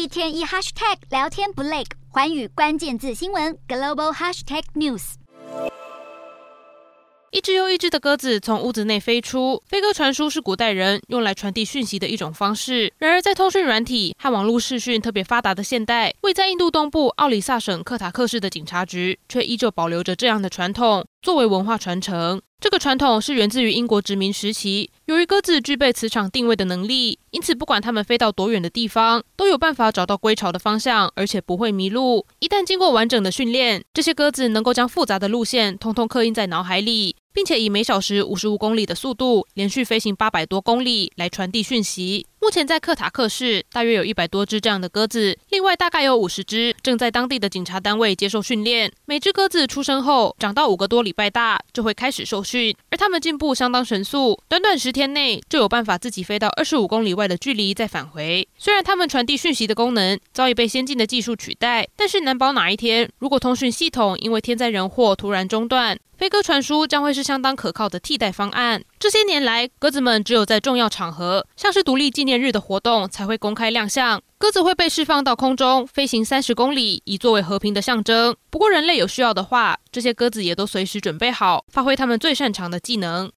一天一 hashtag 聊天不累，寰宇关键字新闻 global hashtag news。 一只又一只的鸽子从屋子内飞出，飞鸽传书是古代人用来传递讯息的一种方式。然而，在通讯软体和网络视讯特别发达的现代，位在印度东部奥里萨省克塔克市的警察局却依旧保留着这样的传统，作为文化传承。这个传统是源自于英国殖民时期，由于鸽子具备磁场定位的能力，因此不管它们飞到多远的地方，都有办法找到归巢的方向，而且不会迷路。一旦经过完整的训练，这些鸽子能够将复杂的路线通通刻印在脑海里，并且以每小时55公里的速度连续飞行800多公里来传递讯息。目前在克塔克市大约有100多只这样的鸽子，另外大概有50只正在当地的警察单位接受训练。每只鸽子出生后长到5个多礼拜大，就会开始受训，而它们进步相当神速，短短10天内就有办法自己飞到25公里外的距离再返回。虽然它们传递讯息的功能早已被先进的技术取代，但是难保哪一天如果通讯系统因为天灾人祸突然中断，飞鸽传书将会是相当可靠的替代方案。这些年来，鸽子们只有在重要场合，像是独立纪念日的活动才会公开亮相。鸽子会被释放到空中，飞行30公里，以作为和平的象征。不过人类有需要的话，这些鸽子也都随时准备好，发挥它们最擅长的技能。